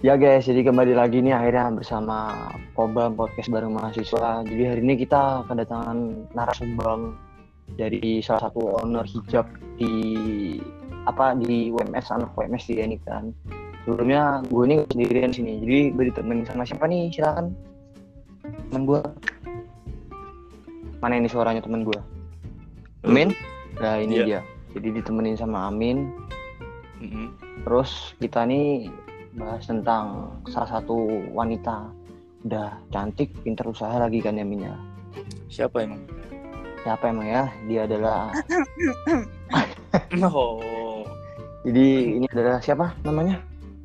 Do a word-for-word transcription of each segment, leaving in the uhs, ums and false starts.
Ya guys, jadi kembali lagi nih akhirnya bersama Kobam Podcast bareng mahasiswa. Jadi hari ini kita kedatangan narasumbang dari salah satu owner hijab di apa di U M S, anak U M S dia ini kan. Sebelumnya gue ini sendirian sini, jadi gue ditemenin sama siapa nih? Silakan temen gue. Mana ini suaranya temen gue? Amin? Nah ini Iya. dia. Jadi ditemenin sama Amin. Mm-hmm. Terus kita nih bahas tentang salah satu wanita udah cantik, pintar usaha lagi kan ya Min ya. Siapa emang? Siapa emang ya? Dia adalah Oh. jadi ini adalah siapa namanya?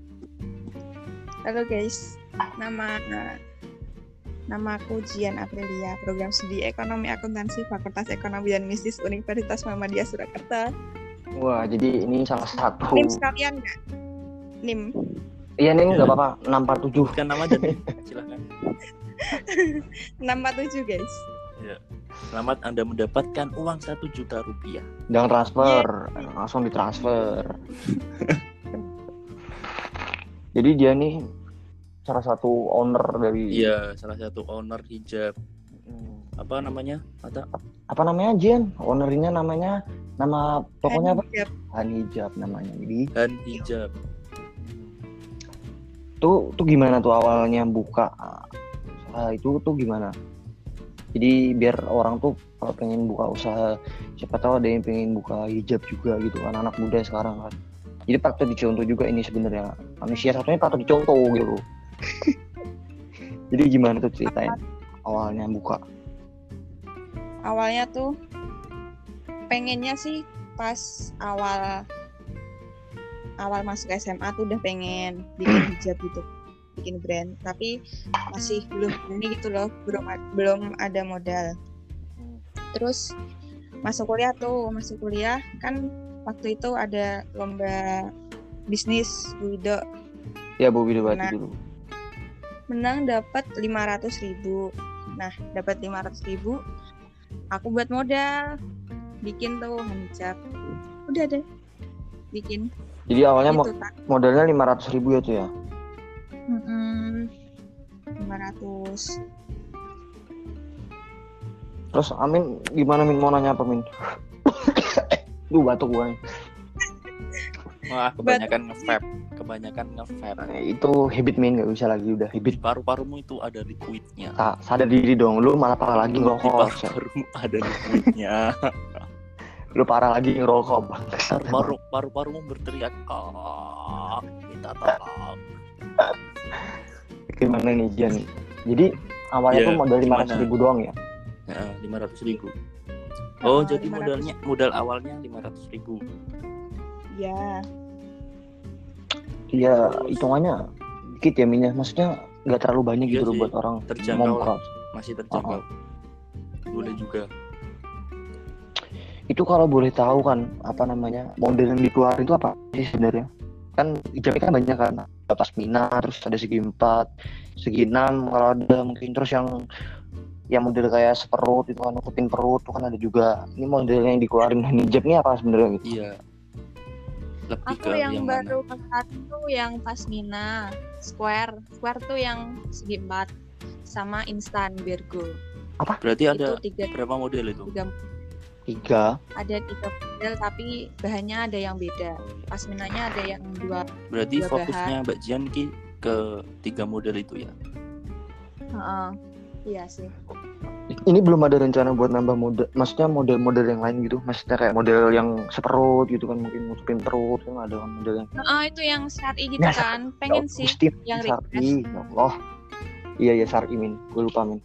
Halo guys, nama nama aku Jian Aprilia, program studi Ekonomi Akuntansi Fakultas Ekonomi dan Bisnis Universitas Muhammadiyah Surakarta. Wah, jadi ini salah satu. Nim sekalian nggak? Nim. Iya Nim, nggak Ya. apa-apa. enam empat tujuh. Bukan nama dan silakan. enam empat tujuh guys. Ya. Selamat Anda mendapatkan uang satu juta rupiah. Jangan transfer, langsung ditransfer. Jadi dia nih salah satu owner dari. Iya, salah satu owner hijab. Apa namanya? Ada Apa namanya Jian? Ownernya namanya nama tokonya apa? Hijab. Han Hijab namanya. Jadi Han Hijab. tuh tuh gimana tuh awalnya buka usaha itu tuh gimana? Jadi biar orang tuh kalau pengen buka usaha, siapa tahu ada yang pengen buka hijab juga gitu kan, anak muda sekarang kan. Jadi patut dicontoh juga ini sebenarnya, manusia satunya patut dicontoh gitu. Jadi gimana tuh ceritain awalnya buka? Awalnya tuh pengennya sih pas awal awal masuk S M A tuh udah pengen bikin hijab gitu, bikin brand, tapi masih belum ini gitu loh, belum belum ada modal. Terus masuk kuliah tuh, masuk kuliah kan waktu itu ada lomba bisnis Bu Wido. Ya Bu Wido Nah. dulu. Menang dapat lima ratus ribu. Nah, dapat lima ratus ribu, aku buat modal, bikin tuh hijab. Udah deh, bikin. Jadi awalnya Gitu, mo- tak. modalnya lima ratus ribu ya tuh ya. Mm-mm. lima ratus. Terus Amin gimana Min, mau nanya apa Min? Duh batuk gue. Wah, kebanyakan nge-vape. Kebanyakan nge-vape. Nah, itu habit Min, nggak bisa lagi udah Di habit. paru-parumu itu ada liquidnya. Sa- sadar diri dong, lu malah parah lagi Di ngerokok. paru-parumu ada liquidnya. Lu parah lagi ngerokok bang. Paru paru-parumu berteriak, "Ah, minta tolong." Gimana nih Jian? Jadi awalnya Ya, tuh modal lima ratus gimana? ribu doang ya? Nah, lima ratus ribu. Oh, Oh, jadi lima ratus. modalnya modal awalnya lima ratus ribu. Ya, Iya, hitungannya dikit ya Min ya. Maksudnya nggak terlalu banyak Iya gitu loh sih, buat orang terjangkau mau lah. buka. Masih terjangkau. Boleh juga. Itu kalau boleh tahu kan apa namanya model yang dikeluarin itu apa sih sebenarnya? Kan hijabnya kan banyak kan, ada pasmina, terus ada segi empat, segi enam kalau ada mungkin, terus yang yang model kayak seperut itu kan nutupin perut itu kan ada juga. Ini model yang dikeluarin hijab ini apa sebenarnya gitu? Iya. Lebih aku ke yang, yang baru mana? pakai tuh yang pasmina, square, square tuh yang segi empat, sama instan Virgo. Berarti ada Itu tiga, berapa model itu? tiga Tiga. ada tiga model, tapi bahannya ada yang beda. Pasminanya ada yang dua. Berarti Dua fokusnya Mbak Jian ki ke tiga model itu ya. Heeh. Iya sih. Ini belum ada rencana buat nambah model, maksudnya model-model yang lain gitu, maksudnya kayak model yang seperut gitu kan, mungkin nutupin perut kan ada kan model yang Heeh, itu yang syar'i gitu Ya, kan. Pengen Ya, sih Gusti, yang Sar'i, ya Allah. Iya ya Sar'i Min, gue lupa Min.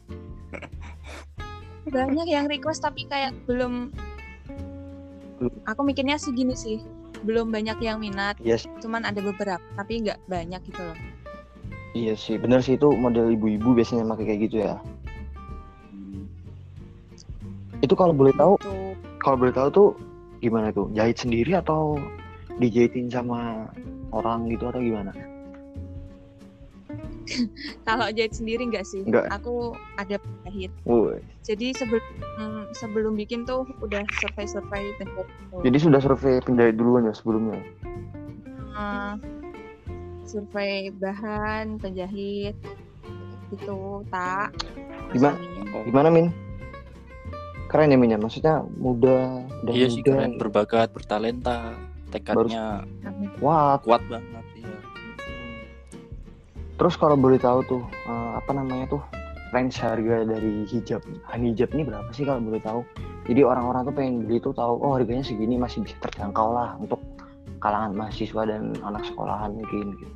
banyak yang request tapi kayak belum. Belum. Aku mikirnya sih gini sih, belum banyak yang minat. Yes, Cuman ada beberapa, tapi nggak banyak gitu loh. iya sih, bener sih itu model ibu-ibu biasanya pakai kayak gitu ya. Itu kalau boleh tahu, Tuh. kalau boleh tahu tuh gimana tuh? Jahit sendiri atau dijahitin sama orang gitu atau gimana? Kalau jahit sendiri nggak sih? Nggak. Aku ada penjahit. Woi. Jadi sebelum mm, sebelum bikin tuh udah survei-survei penjahit. Jadi sudah survei penjahit duluan ya sebelumnya. Uh, survei bahan penjahit gitu tak Gimana? Oh, Gimana Min? Keren ya Min ya, maksudnya muda, udah iya sih muda, keren, berbakat, bertalenta, tekadnya kuat. kuat banget ya. Terus kalau boleh tahu tuh eh, apa namanya tuh range harga dari hijab, Hani hijab ini berapa sih kalau boleh tahu? Jadi orang-orang tuh pengen beli tuh tahu, oh harganya segini masih bisa terjangkau lah untuk kalangan mahasiswa dan anak sekolahan mungkin gitu.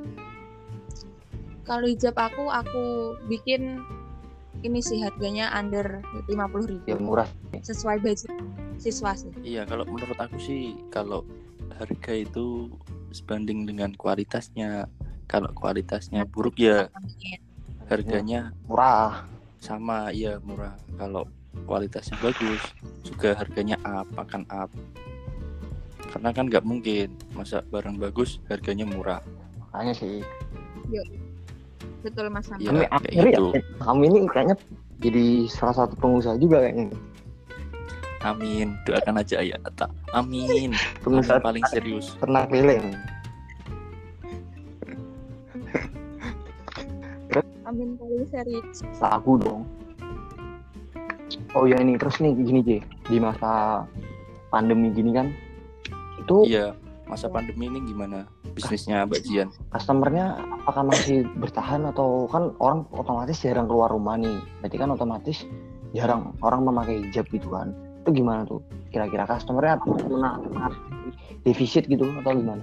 Kalau hijab aku aku bikin ini sih harganya under lima puluh ribu Ya murah. sesuai budget siswa sih. Iya, kalau menurut aku sih kalau harga itu sebanding dengan kualitasnya. Kalau kualitasnya buruk ya harganya Murah. sama, ya murah. Kalau kualitasnya bagus juga harganya up, akan up. Karena kan nggak mungkin masa barang bagus harganya murah. Makanya sih. Betul Mas Sam. Iya, Kami kayak akhirnya gitu. ya, kami ini kayaknya jadi salah satu pengusaha juga kayaknya. Amin, doakan aja ya, tak. Amin. Pengusaha Amin paling serius. ternak lele. Amin paling serius. Laku dong. Oh ya ini terus nih gini J, di masa pandemi gini kan itu Iya, masa pandemi ini gimana bisnisnya Mbak Jian? customernya apakah masih bertahan atau kan orang otomatis jarang keluar rumah nih, berarti kan otomatis jarang orang memakai hijab gitu kan, itu gimana tuh kira-kira customernya kena defisit gitu atau gimana?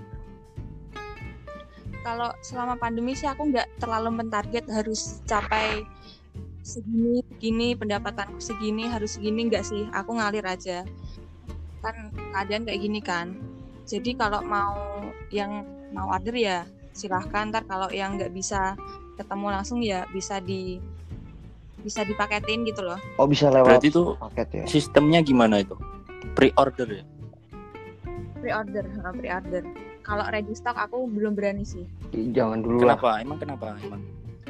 Kalau selama pandemi sih aku nggak terlalu mentarget harus capai segini gini pendapatanku segini harus segini, nggak sih, aku ngalir aja kan keadaan kayak gini kan. Jadi kalau mau yang mau order ya silahkan, ntar kalau yang nggak bisa ketemu langsung ya bisa di bisa dipaketin gitu loh. Oh bisa lewat Berarti tuh paket ya? sistemnya gimana itu? Pre-order ya? Pre-order, ha, pre-order. Kalau ready stock aku belum berani sih. Jangan dulu lah. Kenapa? Emang kenapa? Emang?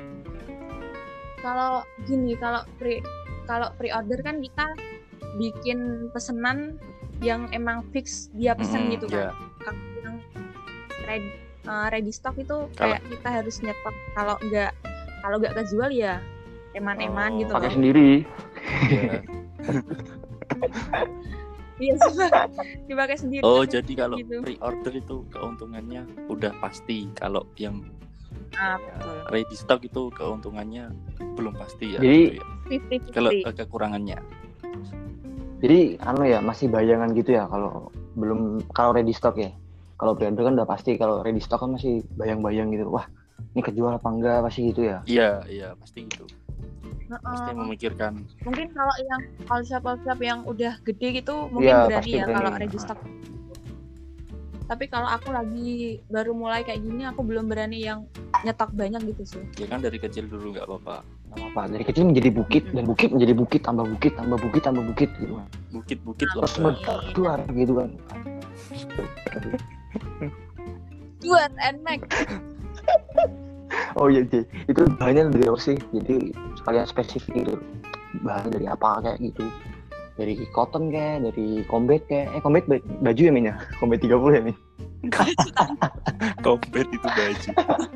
Kalau gini, kalau pre kalau pre-order kan kita bikin pesanan yang emang fix dia pesen Mm-mm, gitu kan. ya. Kalau yang ready, uh, ready stock itu kayak kita harus nyetok, kalau nggak kalau nggak kejual ya eman-eman Oh, gitu Pakai loh. sendiri. Ya. Iya sih, dipakai sendiri. Oh, kan, jadi kalau gitu. pre-order itu keuntungannya udah pasti. Kalau yang Ah, betul. ready stock itu keuntungannya belum pasti ya. Jadi- gitu ya. fifty-fifty. Kalau eh, kekurangannya. Jadi anu ya masih bayangan gitu ya kalau belum kalau ready stock ya. Kalau pre-order kan udah pasti, kalau ready stock kan masih bayang-bayang gitu. Wah, ini kejual apa enggak pasti gitu ya. Iya, iya pasti gitu. Heeh. Pasti memikirkan. Mungkin kalau yang all shop all shop yang udah gede gitu mungkin Iya, berani pasti ya berani. kalau ready stock. Tapi kalau aku lagi baru mulai kayak gini, aku belum berani yang nyetok banyak gitu sih. Ya kan dari kecil dulu nggak apa-apa. Nggak apa-apa. Dari kecil menjadi bukit dan bukit menjadi bukit tambah bukit tambah bukit tambah bukit gitu. Bukit-bukit Terus lebar. keluar gitu kan. Duet and Mac. Oh iya, J. Itu bahannya dari apa sih? Jadi sekalian spesifik gitu. Bahan dari apa kayak gitu. Dari cotton kayak, dari combat kayak. Eh combat baju ya Min ya? Combat tiga puluh ya Min? Kompet itu baju.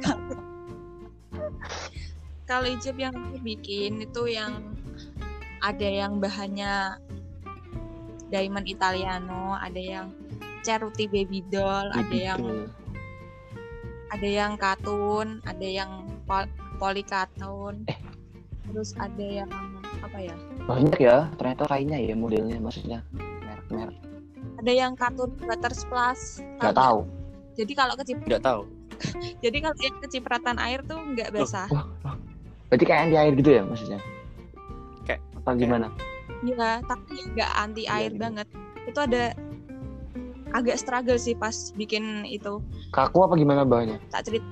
Kalau hijab yang aku bikin itu yang ada yang bahannya diamond italiano, ada yang ceruti baby doll, ada yang Gitu. ada yang katun, ada yang pol- polikatun, terus ada yang apa ya? Banyak ya, ternyata kainnya ya modelnya maksudnya. Merek-merek. Ada yang katun butter splash. Nggak tahu. Jadi kalau kecip, Nggak tahu. jadi kalau yang kecipratan air tuh nggak basah. Berarti kayak anti air gitu ya maksudnya? Kayak- apa gimana? Iya, tapi nggak anti Iya, air gitu. banget. Itu ada agak struggle sih pas bikin itu. Kaku apa gimana bahannya? Tak cerita.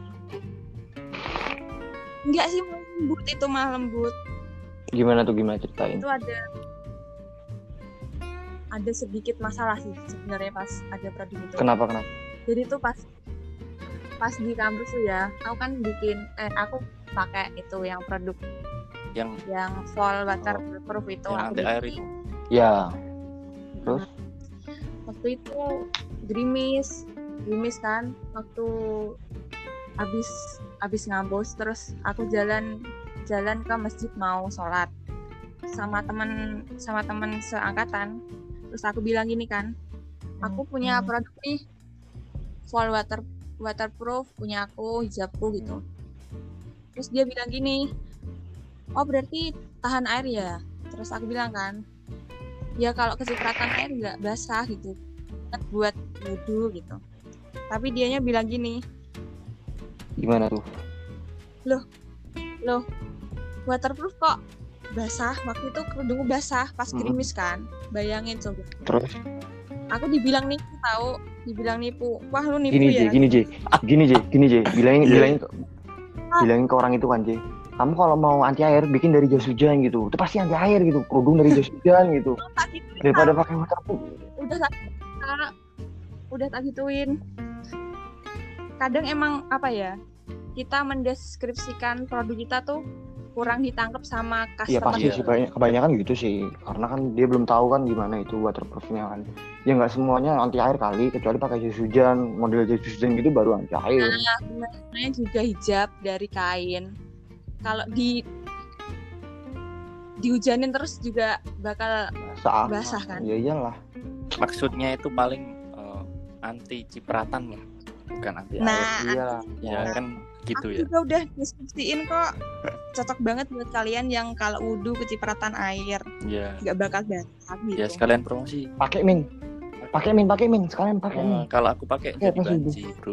Enggak sih, malah lembut, itu malah lembut. Gimana tuh gimana ceritain? Itu ada ada sedikit masalah sih sebenarnya pas ada produk itu. Kenapa kenapa? Jadi tuh pas pas di kampus tuh ya, aku kan bikin eh aku pakai itu yang produk Yang yang fall waterproof itu yang aku anti air bikin. itu. Ya, terus? Waktu itu gerimis, gerimis kan waktu abis abis ngampus terus aku jalan jalan ke masjid mau sholat sama teman sama teman seangkatan. Terus aku bilang gini kan, aku punya produk nih full water waterproof, punya aku hijabku gitu. Terus dia bilang gini, oh berarti tahan air ya. Terus aku bilang kan, ya kalau kecipratan air nggak basah gitu, buat wudhu gitu. Tapi dianya bilang gini, Gimana tuh? loh loh waterproof kok basah? Waktu itu kerudungku basah pas Mm-mm. gerimis kan, bayangin coba. Terus Aku dibilang nipu tahu, dibilang nipu. Wah lu nipu gini ya? J, gini J, gini J, gini J, bilangin Iya. bilangin bilangin ke orang itu kan J. Kamu kalau mau anti air bikin dari jas hujan gitu. Itu pasti anti air gitu. Kerudung dari jas hujan gitu. Tak gitu, Daripada pakai waterproof. udah tak tak- udah tak gituin. Kadang emang apa ya? Kita mendeskripsikan produk kita tuh kurang ditangkap sama Iya customer. pasti Iya. sih banyak- kebanyakan gitu sih. Karena kan dia belum tahu kan gimana itu waterproofnya kan. Ya nggak semuanya anti air kali, kecuali pakai jas hujan, model jas hujan gitu baru anti air. Nah, sebenarnya juga hijab dari kain. Kalau di dihujanin terus juga bakal Saat basah kan? Ya iyalah. Maksudnya itu paling eh, anti cipratan lah, bukan anti air. Nah, Iyalah. Ya kan gitu aku ya. juga udah deskripsiin kok. Cocok banget buat kalian yang kalau wudhu kecipratan air Ya. nggak bakal basah gitu. Ya sekalian promosi. Pakai min. Pakai min, pakai min, sekalian pakai min. Eh, kalau aku pakai Ya, jadi pasti itu. banci, bro.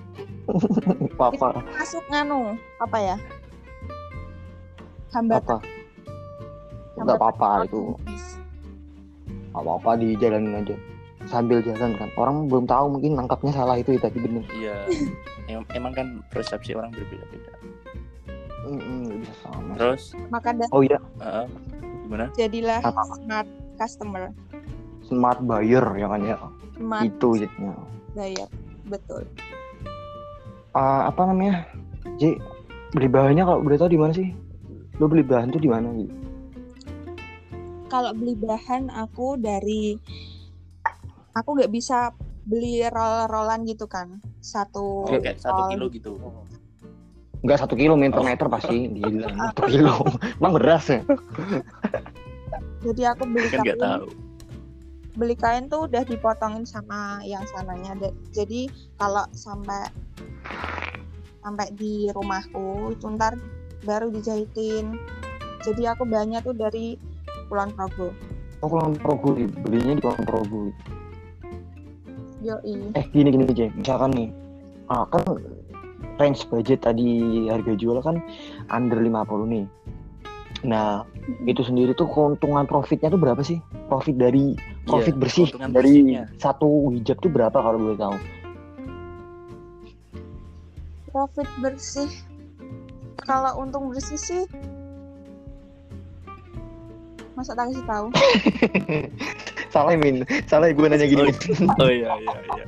Apa Masuk nganu apa ya? Hambatan. apa? Enggak apa-apa itu. Nggak apa-apa dijalanin aja. Sambil jalan kan. Orang belum tahu mungkin nangkapnya salah itu tadi bener. Iya. Em- emang kan persepsi orang berbeda-beda. Mm-mm, nggak bisa sama. Terus, Maka dah Oh iya, eh, gimana? jadilah Apa? smart customer, smart buyer ya kan ya. smart Itu jadinya. buyer. Betul. Ah, apa namanya? J, beli bahannya kalau boleh tahu di mana sih? Lo beli bahan tuh di mana gitu? Kalau beli bahan aku dari aku nggak bisa beli roll-rollan gitu kan, satu Oh, kayak satu roll. kilo gitu. Enggak satu kilo meter Oh. meter pasti. Gila, satu kilo. Emang beras ya? Jadi aku beli Kan nggak kain, tahu. beli kain tuh udah dipotongin sama yang sananya. Da- Jadi kalau sampai sampai di rumahku itu ntar baru dijahitin. Jadi aku bahannya tuh dari Kulon Progo. Oh, Kulon Progo, belinya di Kulon Progo. Yoi. Eh, gini gini aja. Misalkan nih, ah, kan range budget tadi harga jual kan under lima puluh nih. Nah, itu sendiri tuh keuntungan profitnya tuh berapa sih? Profit dari profit Iya, bersih keuntungan dari bersihnya. satu hijab tuh berapa kalau boleh tahu? Profit bersih. Kalau untung bersih sih masa tak kasih tahu. Salah Min, salah gue nanya gini. Oh iya iya iya.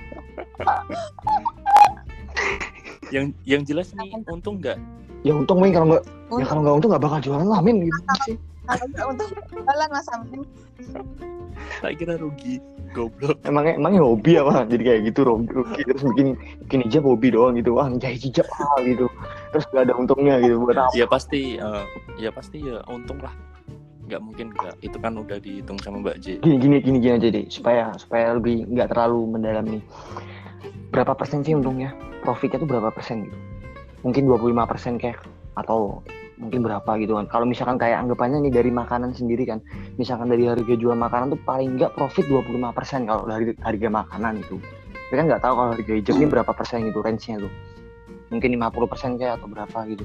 yang yang jelas nih untung nggak? Ya untung Min, kalau nggak ya Untung kalau nggak untung nggak bakal jualan lah Min gitu sih. kalau nggak untung jualan Mas Amin. Tak kira rugi. Goblok. Emangnya emangnya hobi apa? Jadi kayak gitu rugi, rugi terus bikin bikin hijab hobi doang gitu. Wah, jahit hijab ah gitu. Terus nggak ada untungnya gitu buat apa? Ya pasti eh, ya pasti ya untung lah. Nggak mungkin nggak. Itu kan udah dihitung sama Mbak J. Gini gini gini gini aja deh supaya supaya lebih nggak terlalu mendalam nih. Berapa persen sih untungnya? Profitnya tuh berapa persen gitu? Mungkin dua puluh lima persen kayak atau mungkin berapa gitu kan. Kalau misalkan kayak anggapannya nih dari makanan sendiri kan. Misalkan dari harga jual makanan tuh paling nggak profit dua puluh lima persen kalau dari harga makanan itu. Tapi kan nggak tahu kalau harga hijab ini berapa persen gitu range-nya tuh. Mungkin lima puluh persen kayak atau berapa gitu.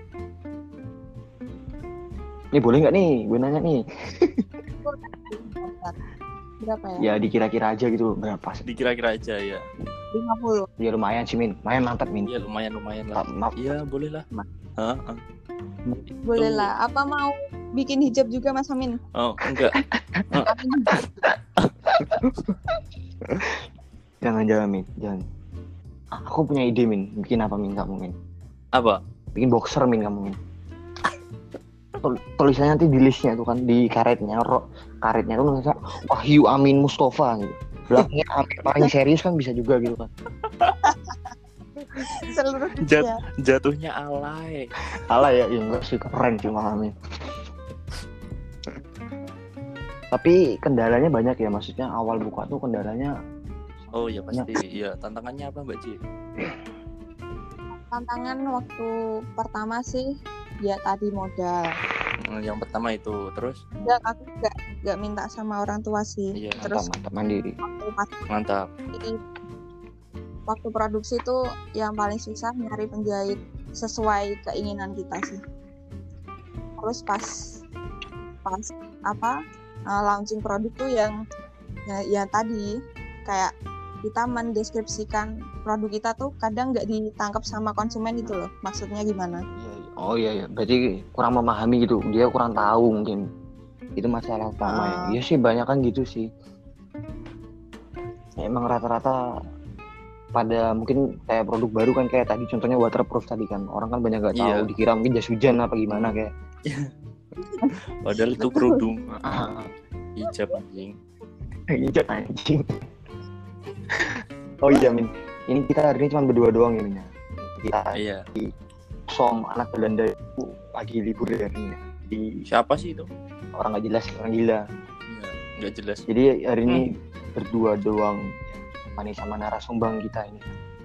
Ini boleh nggak nih? Gue nanya nih. Berapa ya? Ya dikira-kira aja gitu berapa sih? Dikira-kira aja ya. lima puluh. Ya lumayan sih Min. Lumayan mantap Min. Iya lumayan lumayan lah. Maaf, maaf. Iya boleh lah. Hah? Hah? Boleh lah. Apa mau bikin hijab juga Mas Amin? Oh enggak. Amin. Jangan jangan Min, jangan. Aku punya ide Min. Bikin apa Min kamu Min? Apa? Bikin boxer Min kamu Min. Tul- Tulisannya nanti di listnya tuh kan di karetnya, ro, karetnya tuh nulisnya Wahyu Amin Mustafa gitu. Belakangnya Amin paling serius kan bisa juga gitu kan. seluruh Jat, dunia. jatuhnya alay. Salah ya, ya enggak sih, keren sih malamnya. Tapi kendalanya banyak ya, maksudnya awal buka tuh kendalanya. Oh ya pasti. Iya, tantangannya apa Mbak Ci? Tantangan waktu pertama sih ya tadi modal. Hmm, Yang pertama itu, terus Dan aku nggak nggak minta sama orang tua sih. iya Terus Mantap, mantap mandiri. waktu pas- mantap. waktu produksi itu yang paling susah nyari penjahit sesuai keinginan kita sih. Terus pas pas apa uh, launching produk tuh yang ya, ya tadi kayak kita mendeskripsikan produk kita tuh kadang nggak ditangkap sama konsumen gitu loh. Maksudnya gimana? Iya, iya. Oh iya ya, berarti kurang memahami gitu. Dia kurang tahu mungkin. Itu masalah utama ya. Ah. Iya sih, banyak kan gitu sih. Emang rata-rata pada mungkin kayak produk baru kan kayak tadi contohnya waterproof tadi kan. Orang kan banyak gak tahu, Iya. dikira mungkin jas hujan apa gimana kayak. Padahal itu kerudung hijab anjing. Hijab anjing. Oh iya Min, ini kita hari ini cuma berdua doang ya Min. Kita Iya. som anak Belanda itu lagi libur ya hari ini. Di Siapa sih itu? orang nggak jelas, orang gila. Iya, nggak jelas. Jadi hari ini berdua doang Mani sama narasumbang kita ini.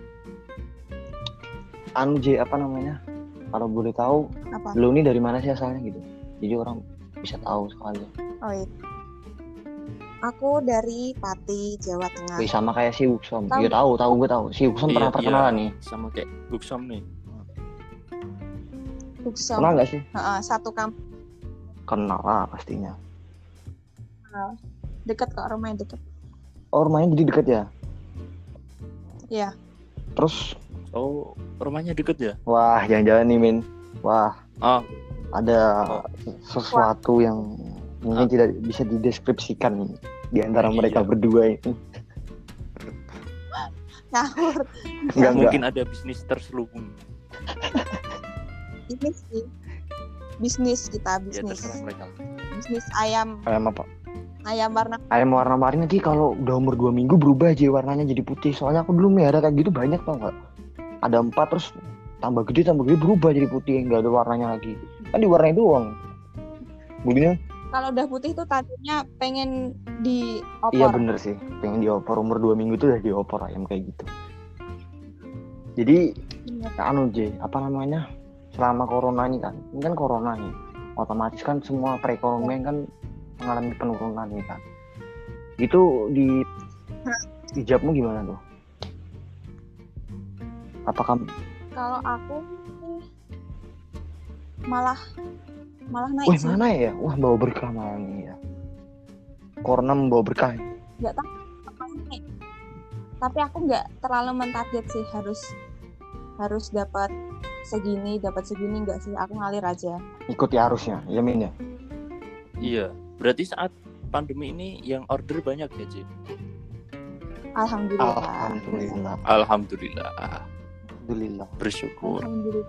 Anu J, apa namanya? Kalau boleh tahu, Apa? lu ini dari mana sih asalnya gitu? Jadi orang bisa tahu sekali. Oh iya. Aku dari Pati, Jawa Tengah. Wih, sama kayak si Uksom. Tahu. Iya tahu, tahu gue tahu. Si Uksom Iya, pernah perkenalan iya. nih. Sama kayak Buksom nih. Buksom. Pernah nggak sih? Heeh, satu kampus Kenal lah pastinya. deket kok, rumahnya deket. Oh rumahnya jadi deket ya? Iya. Terus, Oh, rumahnya deket ya? wah jangan-jangan nih Min. Wah, Oh, ada Oh. sesuatu yang mungkin Ah. tidak bisa dideskripsikan nih di antara Iya. mereka berdua ini. Ngawur. Enggak, mungkin ada bisnis terselubung. Ini sih bisnis kita, Ya bisnis. terserah mereka. Bisnis ayam, Ayam apa? ayam warna Ayam warna-warni nanti kalau udah umur dua minggu berubah aja warnanya jadi putih. Soalnya aku dulu merah kayak gitu banyak tau nggak? Ada empat terus tambah gede tambah gede berubah jadi putih, nggak ada warnanya lagi. Kan diwarnai doang. Belinya? kalau udah putih tuh tadinya pengen diopor. Iya bener sih. Pengen diopor umur dua minggu tuh udah diopor ayam kayak gitu. Jadi Bener. anu J, apa namanya? Selama corona ini kan, ini kan corona nih. Otomatis kan semua perekonomian kan mengalami penurunan nih kan. Itu di hijabmu gimana tuh? Apakah Kalau aku sih malah malah naik wih sih. mana ya? Wah bawa berkah malah nih ya. Corona membawa berkah. Nggak tahu apa naik. Tapi aku nggak terlalu mentarget sih harus harus dapat segini, dapat segini nggak sih. Aku ngalir aja. Ikuti arusnya, ya Min ya. Iya. Berarti saat pandemi ini yang order banyak ya, Ci? Alhamdulillah. Alhamdulillah. Alhamdulillah. Alhamdulillah. Bersyukur. Alhamdulillah.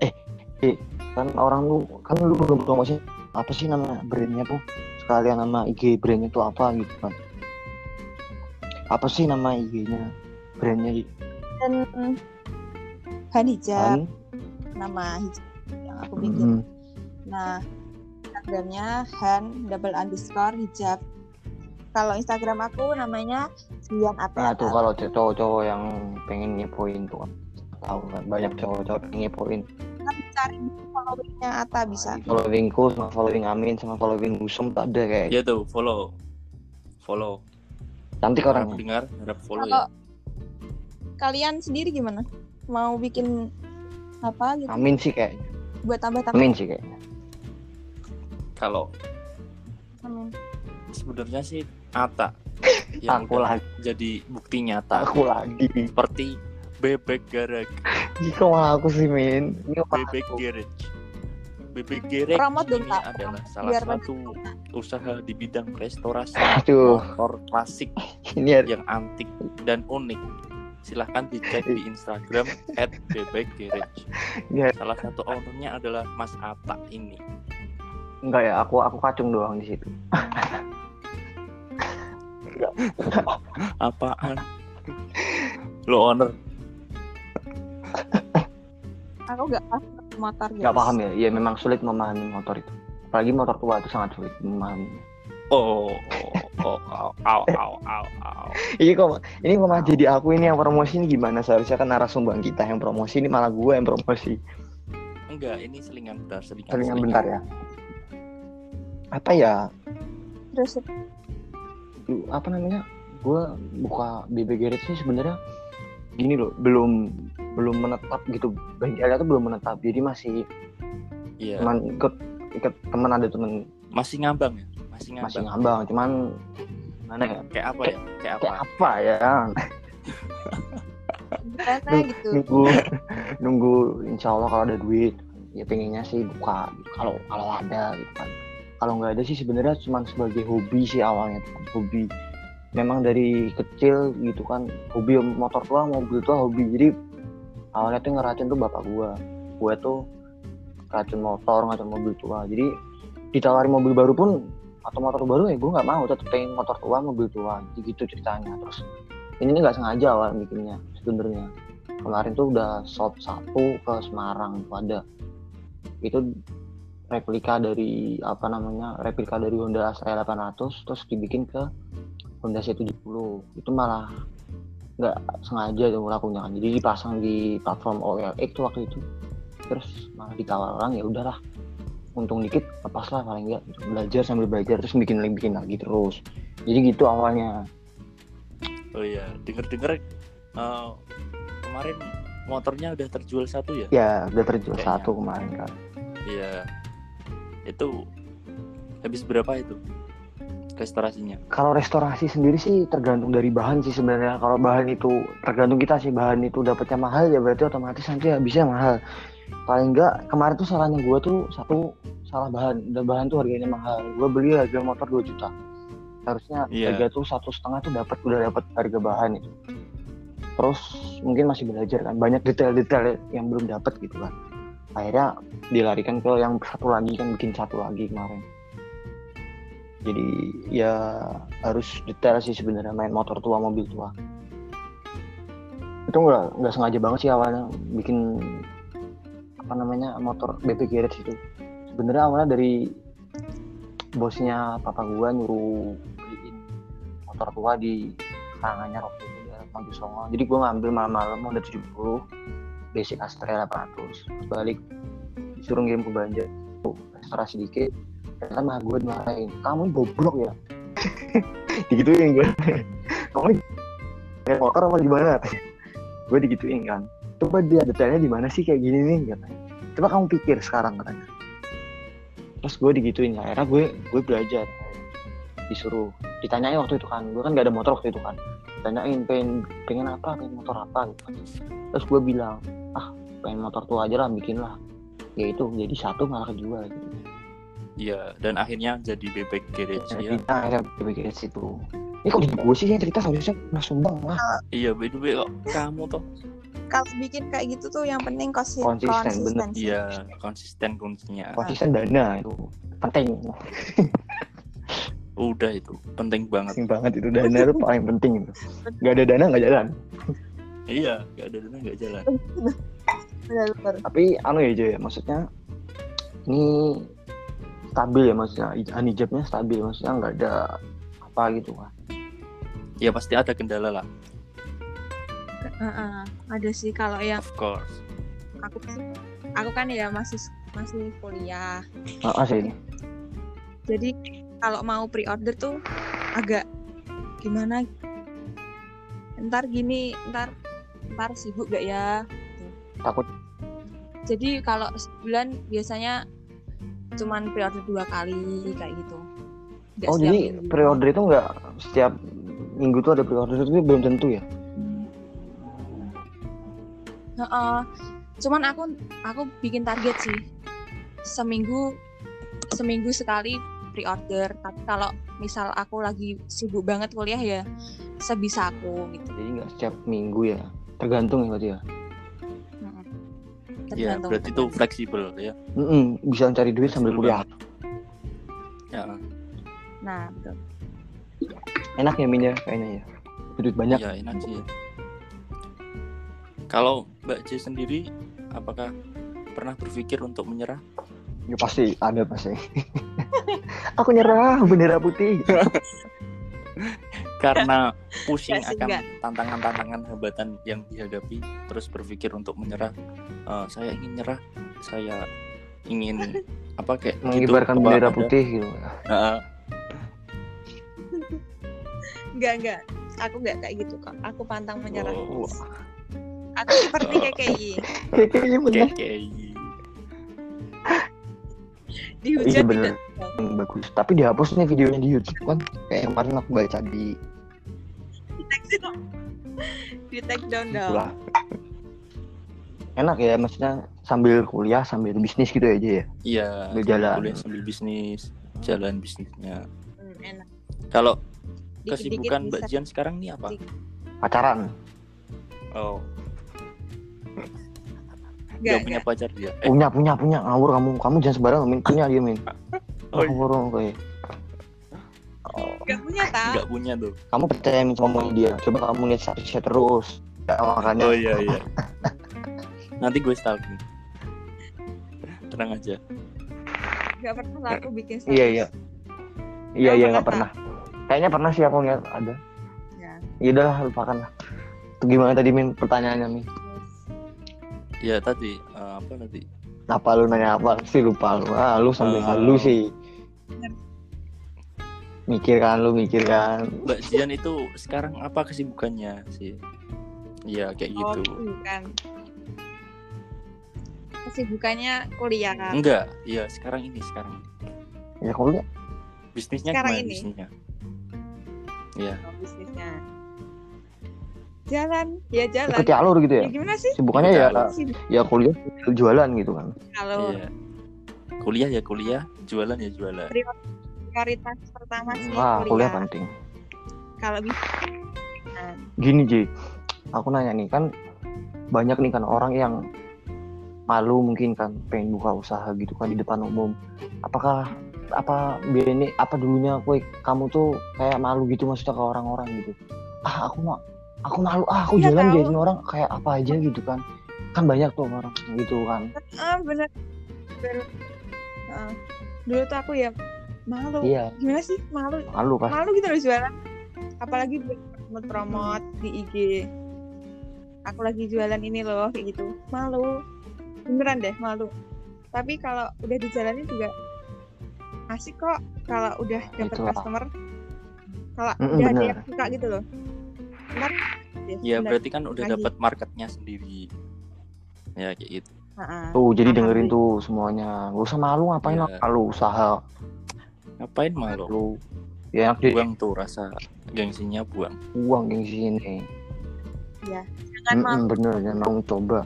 Kan orang lu kan lu belum tahu sih apa sih nama brandnya tuh, sekalian nama I G brandnya tuh apa gitu kan. Apa sih nama I G-nya brandnya gitu Dan Han Hijab, kan? nama hijab yang aku bikin. Mm-hmm. Nah, Instagramnya Han double underscore hijab. Kalau Instagram aku namanya Dian Nah tuh Apel. kalau cowok-cowok yang pengen ngepoin tuh kan, tahu kan banyak cowok-cowok pengen ngepoin. Kan cari followingnya Ata bisa. Followingku sama following Amin sama following Usum tuh ada kayak Ya tuh, follow. Follow. cantik Para orangnya. pendengar harap follow Kalau ya. kalian sendiri gimana? Mau bikin apa gitu? Amin sih kayaknya. Buat tambah-tambah. Amin sih kayaknya. Kalau Amin. sebenarnya sih Ata yang Aku udah lagi, jadi bukti nyata aku lagi. seperti bebek garage, Jika malah aku sih Min. Ini malah bebek aku. garage. Bebek garage Promote dong, ini Kak. adalah salah Biar satu usaha di bidang restorasi Aduh, motor klasik ini ada yang antik dan unik. Silahkan dicek di Instagram at bebek garage. Ya. Salah satu ownernya adalah Mas Ata ini. enggak ya, aku aku kacung doang di situ. Apaan? Lo owner? Aku nggak paham motor guys. Nggak paham ya? Iya memang sulit memahami motor itu. Apalagi motor tua itu sangat sulit memahami. Oh, oh, oh, au, au, au, au, au. Ini kok ini kok malah jadi aku ini yang promosi ini gimana? Seharusnya kan narasumber kita yang promosi, ini malah gue yang promosi. Enggak, ini selingan bentar, selingan. Selingan bentar ya. Apa ya? Terus Lu- Apa namanya? Gue buka B B Garage sih sebenarnya gini loh, belum belum menetap gitu. Bengkelnya tuh belum menetap. Jadi masih Iya, teman ikut ikut teman ada teman masih ngambang ya? Masih ngambang. masih ngambang, cuman gimana ya? Kayak apa ya? Kayak apa? Kayak apa ya? gimana gitu. nunggu nunggu insya Allah kalau ada duit ya pengennya sih buka kalau kalau ada gitu kan. Kalau nggak ada sih sebenarnya cuma sebagai hobi sih awalnya tuh kan. Hobi memang dari kecil gitu kan, hobi motor tua mobil tua hobi. Jadi awalnya tuh ngeracun tuh bapak gua gua tuh racun motor racun mobil tua. Jadi ditawari mobil baru pun atau motor baru ya gue nggak mau, tetep pengen motor tua mobil tua gitu ceritanya. Terus ini nih nggak sengaja awal bikinnya sebenarnya. Kemarin tuh udah shop satu ke Semarang tuh ada, itu replika dari apa namanya replika dari Honda Astrea delapan ratus terus dibikin ke Honda C tujuh puluh. Itu malah nggak sengaja tuh lakunya kan, jadi dipasang di platform O L X tuh waktu itu. Terus malah ditawar orang, ya udahlah untung dikit lepas lah paling enggak gitu. Belajar sambil belajar terus bikin lagi bikin lagi terus. Jadi gitu awalnya. Oh iya, denger-denger uh, kemarin motornya udah terjual satu ya? Ya udah terjual Kayaknya. satu kemarin kan. Iya. Itu habis berapa itu restorasinya? Kalau restorasi sendiri sih tergantung dari bahan sih sebenarnya. Kalau bahan itu tergantung kita sih, bahan itu dapatnya mahal ya berarti otomatis nanti habisnya mahal. Paling enggak kemarin tuh salahnya gue tuh satu salah bahan. Dan bahan tuh harganya mahal. Gue beli harga motor dua juta. Harusnya Iya. harga tuh satu setengah tuh dapat udah dapat harga bahan itu. Terus mungkin masih belajar kan, banyak detail-detail yang belum dapat gitu kan. Akhirnya dilarikan ke yang satu lagi kan, bikin satu lagi kemarin. Jadi ya harus detail sih sebenarnya main motor tua mobil tua. Itu nggak nggak sengaja banget sih awalnya bikin apa namanya motor B B Garage itu. Sebenarnya awalnya dari bosnya papa gua nyuruh beliin motor tua di Karanganyar waktu itu daerah Maju Songo. Jadi gua ngambil malam-malam Honda tujuh puluh basic Astrea delapan ratus. Terus balik disuruh ngirim ke Banjar. Tuh, restorasi dikit. Ternyata mah gue dimarahin, kamu goblok ya. Digituin gue. Kamu kayak motor apa gimana? Gue digituin kan. Coba dia detailnya di mana sih kayak gini nih katanya. Coba kamu pikir sekarang katanya. Terus gue digituin, akhirnya gue gue belajar. Disuruh ditanyain waktu itu kan, gue kan gak ada motor waktu itu kan. Ditanyain pengen pengen apa, pengen motor apa gitu kan. Terus gue bilang, ah pengen motor tua aja lah, bikin lah. Ya itu jadi satu malah kejual gitu. Iya, dan akhirnya jadi bebek garage ya. Kita akhirnya bikin situ. Ini kok jadi gue sih yang cerita, seharusnya Mas Sumbang lah. Iya, by the way kok kamu toh. Kalau bikin kayak gitu tuh yang penting konsi- Konsisten, bener. konsistensi. Iya, konsisten kuncinya. Konsisten dana itu penting. Udah itu, penting banget. Penting banget itu, dana itu paling penting itu. Gak ada dana gak jalan. Iya, gak ada dana gak jalan. Benar-benar. Tapi anu ya Jo ya, maksudnya ini stabil ya, maksudnya hanijabnya stabil, maksudnya nggak ada apa gitu kan. Ya pasti ada kendala lah, Uh-uh. Ada sih kalau yang of course. aku aku kan ya masih masih kuliah. Ah sih ini. Jadi kalau mau pre-order tuh agak gimana? Ntar gini, ntar ntar sibuk gak ya? Takut. Jadi kalau sebulan biasanya cuman pre-order dua kali kayak gitu. Nggak Oh setiap jadi minggu. pre-order itu nggak setiap minggu tuh ada pre-order, itu belum tentu ya? Heeh. Cuman aku aku bikin target sih seminggu seminggu sekali pre-order. Tapi kalau misal aku lagi sibuk banget kuliah ya sebisa aku gitu. Jadi nggak setiap minggu ya, tergantung ya berarti ya. Heeh. Ya Tergantung. berarti itu fleksibel ya. Mm-mm, bisa cari duit sambil Betul kuliah. Ya, Nah, betul. Enak ya minyak kayaknya ya. Duit banyak. ya enak sih ya. Kalau Mbak J sendiri, apakah pernah berpikir untuk menyerah? Ya pasti ada pasti. Aku nyerah bendera putih. Karena pusing Enggak sih, akan enggak. tantangan-tantangan hambatan yang dihadapi, terus berpikir untuk menyerah. Eh, saya ingin nyerah, saya ingin apa kayak Mengibarkan gitu, bendera apa, putih gitu. ada? Heeh. Enggak, enggak. Aku enggak kayak gitu kok. Aku pantang menyerah. Oh. Aku seperti K K I. Kayaknya bener. Kekei. Di Iya hujan bener. tidak. Hmm, bagus. Tapi dihapus nih videonya di YouTube kan. Kayak kemarin aku baca di Di take down. Di take down dong. itulah. Enak ya, maksudnya sambil kuliah sambil bisnis gitu aja ya. Iya, Sambil sambil jalan. kuliah sambil bisnis, jalan bisnisnya. Hmm, enak. Kalau Dikit-dikit kesibukan bisa. Mbak Jian sekarang nih apa? Pacaran. Oh, Enggak, nggak punya enggak. pacar dia. Eh, Punya punya punya ngawur kamu. Kamu jangan sembarangan min. Punya dia min. Oh, iya. Ngawur kayak. Enggak punya tahu. nggak punya tuh. Kamu percaya min sama dia. Coba kamu lihat statusnya terus. Ya, makanya. Oh iya iya. Nanti gue stalking. Tenang aja. Enggak pernah lah aku bikin status. Iya iya. Iya Kamu iya pernah nggak pernah. Kayaknya pernah sih aku lihat ada. Ya. Ya udah lupakan lah. Itu gimana tadi min pertanyaannya min? Ya tadi eh, apa tadi? Apa lu nanya apa sih lupa lu? Ah, lu sambil Oh. halu sih. Mikir kan lu mikir kan. Mbak Jian itu sekarang apa kesibukannya sih? Iya kayak Oh, gitu. bukan. Kesibukannya kuliah kan. Enggak, iya sekarang ini sekarang. Ya kuliah. Bisnisnya Sekarang gimana ini? bisnisnya? Iya. Oh, bisnisnya. Jalan, ya jalan. Ikut alur gitu ya. Ya gimana sih? Sibukannya Ikut ya alur. Sibuk ya kuliah jualan gitu kan. kalau Iya. Kuliah ya kuliah, jualan ya jualan. prioritas pertama sih Wah, kuliah kuliah. penting. Kalau bisa. Nah, Gini Ji, aku nanya nih kan banyak nih kan orang yang malu mungkin kan pengen buka usaha gitu kan di depan umum. Apakah apa biar ini apa dulunya kue kamu tuh kayak malu gitu maksudnya ke orang-orang gitu. Ah aku mah aku malu ah aku Iya, jalan tahu. diajarin orang kayak apa aja gitu kan. Kan banyak tuh orang gitu kan. ah, bener. bener. Ah, dulu tuh aku ya malu. Iya, Gimana sih malu? malu pas. Malu gitu loh jualan. Apalagi buat promote di I G. Aku lagi jualan ini loh kayak gitu. Malu. Beneran deh malu. Tapi kalau udah dijalanin juga asik kok kalau udah dapet Itulah. customer. Kalau Mm-mm, udah ada bener. yang suka gitu loh. Benar. Iya benar. berarti kan udah Lagi. dapat marketnya sendiri. Ya kayak gitu. Ha-ha. Tuh jadi Paham dengerin sih. tuh semuanya. Gak usah malu ngapain Iya. lah malu usaha Ngapain malu? lu. Ya enak jadi Buang tuh rasa gengsinya buang. uang gengsi ini. Jangan malu Mm-mm, bener jangan mau coba.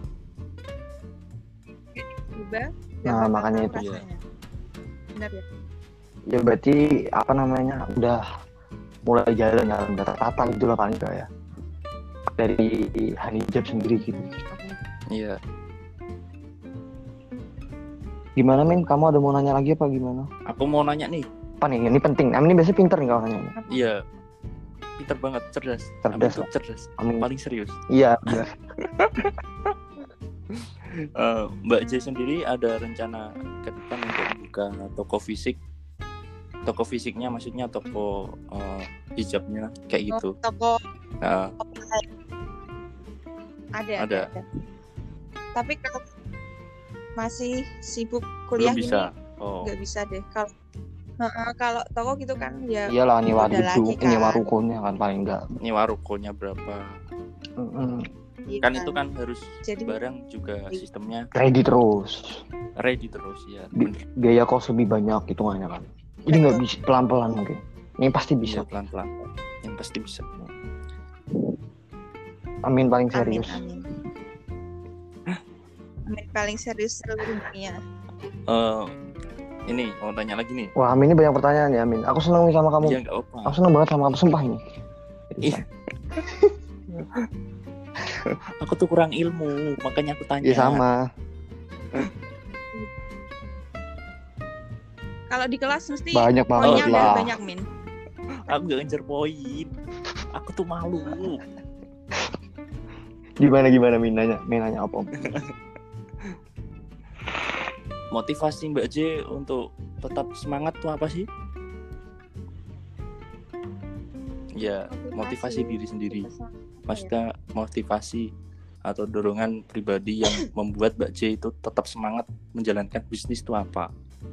juga. Nah, makanya itu. rasanya. Benar ya. Ya berarti apa namanya udah mulai jalan jalan udah tertata gitu lah paling enggak ya dari Hanijab sendiri gitu. Iya. Gimana Min? Kamu ada mau nanya lagi apa gimana? Aku mau nanya nih. Apa nih? Ini penting. Amin ini biasanya pinter nih kalau nanya. Iya. Pinter banget, cerdas. Cerdas Amin tuh cerdas. Amin. Paling serius. Iya. bener. Eh, Mbak J sendiri ada rencana ke depan untuk buka toko fisik? Toko fisiknya maksudnya toko eh, hijabnya kayak gitu. Toko Nah, ada, Ada. ada. Tapi kalau masih sibuk kuliah belum gini bisa. Oh. nggak bisa deh. Kalau Ha-ha, kalau toko gitu kan ya Iyalah nyewa Udah itu, lagi kan. nyewa rukonya kan paling enggak. Nyewa rukonya berapa? Mm-mm. iya Kan itu kan harus Jadi- barang juga sistemnya Ready terus. ready terus ya. Bi- Bener. Biaya kos lebih banyak hitungannya kan. Jadi nggak bisa pelan-pelan mungkin. Ini pasti bisa. Bisa pelan-pelan. Yang pasti bisa. Amin paling amin serius. amin. Amin paling serius seluruh dunia. Eh, ini mau tanya lagi nih. Wah Amin ini banyak pertanyaan ya Amin. Aku seneng nih sama kamu. Iya nggak apa. Aku seneng banget sama kamu sumpah ini. Ih. Aku tuh kurang ilmu, makanya aku tanya. Iya sama. Kalau di kelas mesti Banyak banget poinnya udah lah. banyak min. Aku gak ngejar poin. Aku tuh malu. Gimana gimana Min nanya, Min nanya apa? motivasi Mbak J untuk tetap semangat tuh apa sih? Ya, motivasi, motivasi diri sendiri. Maksudnya motivasi atau dorongan pribadi yang membuat Mbak J itu tetap semangat menjalankan bisnis itu apa?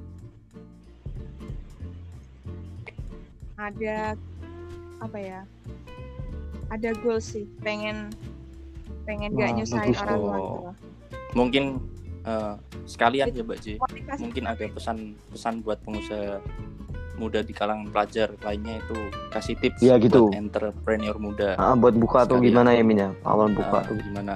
Ada apa ya? Ada goal sih, pengen pengen gak nyusahin orang tua gitu loh. Mungkin uh, sekalian ya Mbak J, mungkin ada pesan-pesan buat pengusaha muda di kalangan pelajar lainnya itu, kasih tips ya, gitu. Buat entrepreneur muda. Ah, buat buka sekalian. Tuh gimana ya Min ya? Awal buka uh, tuh gimana?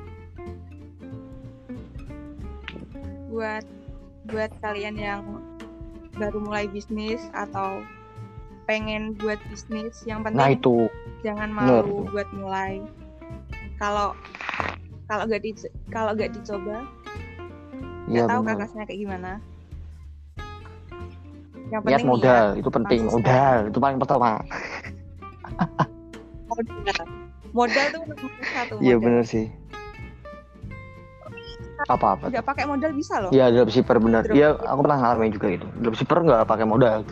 Buat buat kalian yang baru mulai bisnis atau pengen buat bisnis, yang penting nah itu jangan malu buat mulai. Kalau kalau gak di kalau gak dicoba, nggak ya, tahu kakaknya kayak gimana. Yang lihat modal niat, itu penting, modal itu paling pertama. modal, modal tuh nomor satu. Iya benar sih. Apa-apa? Nggak pakai modal bisa loh. Iya dropshipper benar. Iya aku pernah ngalamin juga itu. Dropshipper nggak pakai modal.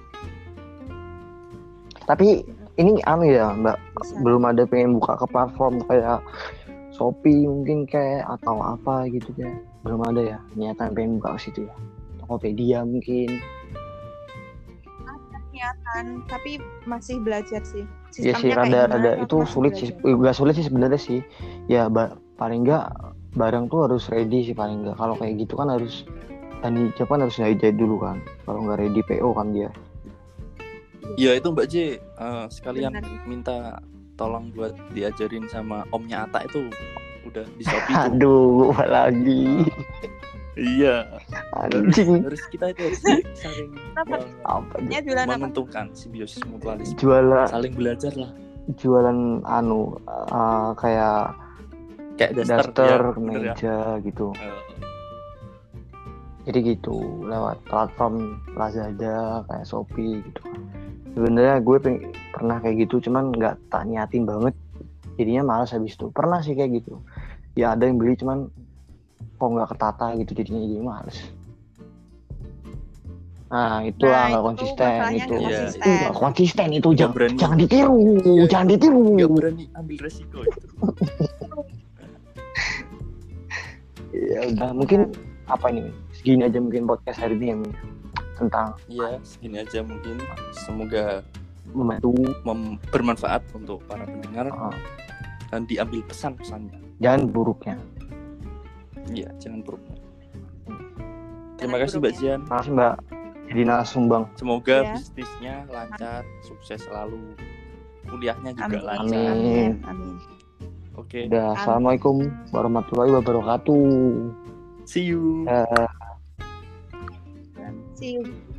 Tapi ini aneh ya Mbak, bisa. Belum ada pengen buka ke platform kayak Shopee mungkin kayak atau apa gitu kayak. Belum ada ya niatan pengen buka ke situ ya. Tokopedia mungkin. Ada niatan, tapi masih belajar sih. Iya sih rada-rada itu sulit belajar. sih. Enggak sulit sih sebenarnya sih. Ya ba- paling enggak barang tuh harus ready sih paling enggak. Kalau kayak gitu kan harus tani Jepang harus ngajak dulu kan. Kalau enggak ready P O kan dia. Ya itu Mbak J, uh, sekalian Benar. minta tolong buat diajarin sama omnya Ata itu udah di Shopee tuh. Aduh, lagi. Iya. Anjing. Harus kita itu harus saling uh, menguntungkan simbiosis mutualisme. Jualan. Saling belajar lah. Jualan anu uh, kayak kayak daster, daster ya, meja ya. gitu. Uh. Jadi gitu lewat platform Lazada kayak Shopee gitu kan. Sebenarnya gue peng- pernah kayak gitu cuman nggak tak niatin banget, jadinya malas habis itu. Pernah sih kayak gitu ya, ada yang beli cuman kok nggak ketata gitu jadinya jadi malas. Nah itulah nggak nah, konsisten itu itu ya, itu nggak konsisten itu jangan berani. jangan ditiru ya, jangan ditiru nggak berani ambil resiko itu. Ya udah mungkin apa ini segini aja mungkin podcast hari ini ya Min. Tentang iya segini aja mungkin, semoga membantu mem- bermanfaat untuk para pendengar uh. dan diambil pesan-pesannya jangan buruknya. Iya jangan buruknya. Terima kasih Mbak Jian. Terima kasih Mbak jadi narasumbang. Semoga ya. bisnisnya lancar, sukses selalu, kuliahnya juga amin. lancar. Amin. Amin. Oke. Okay. Udah, assalamualaikum warahmatullahi wabarakatuh. See you. Uh, See you.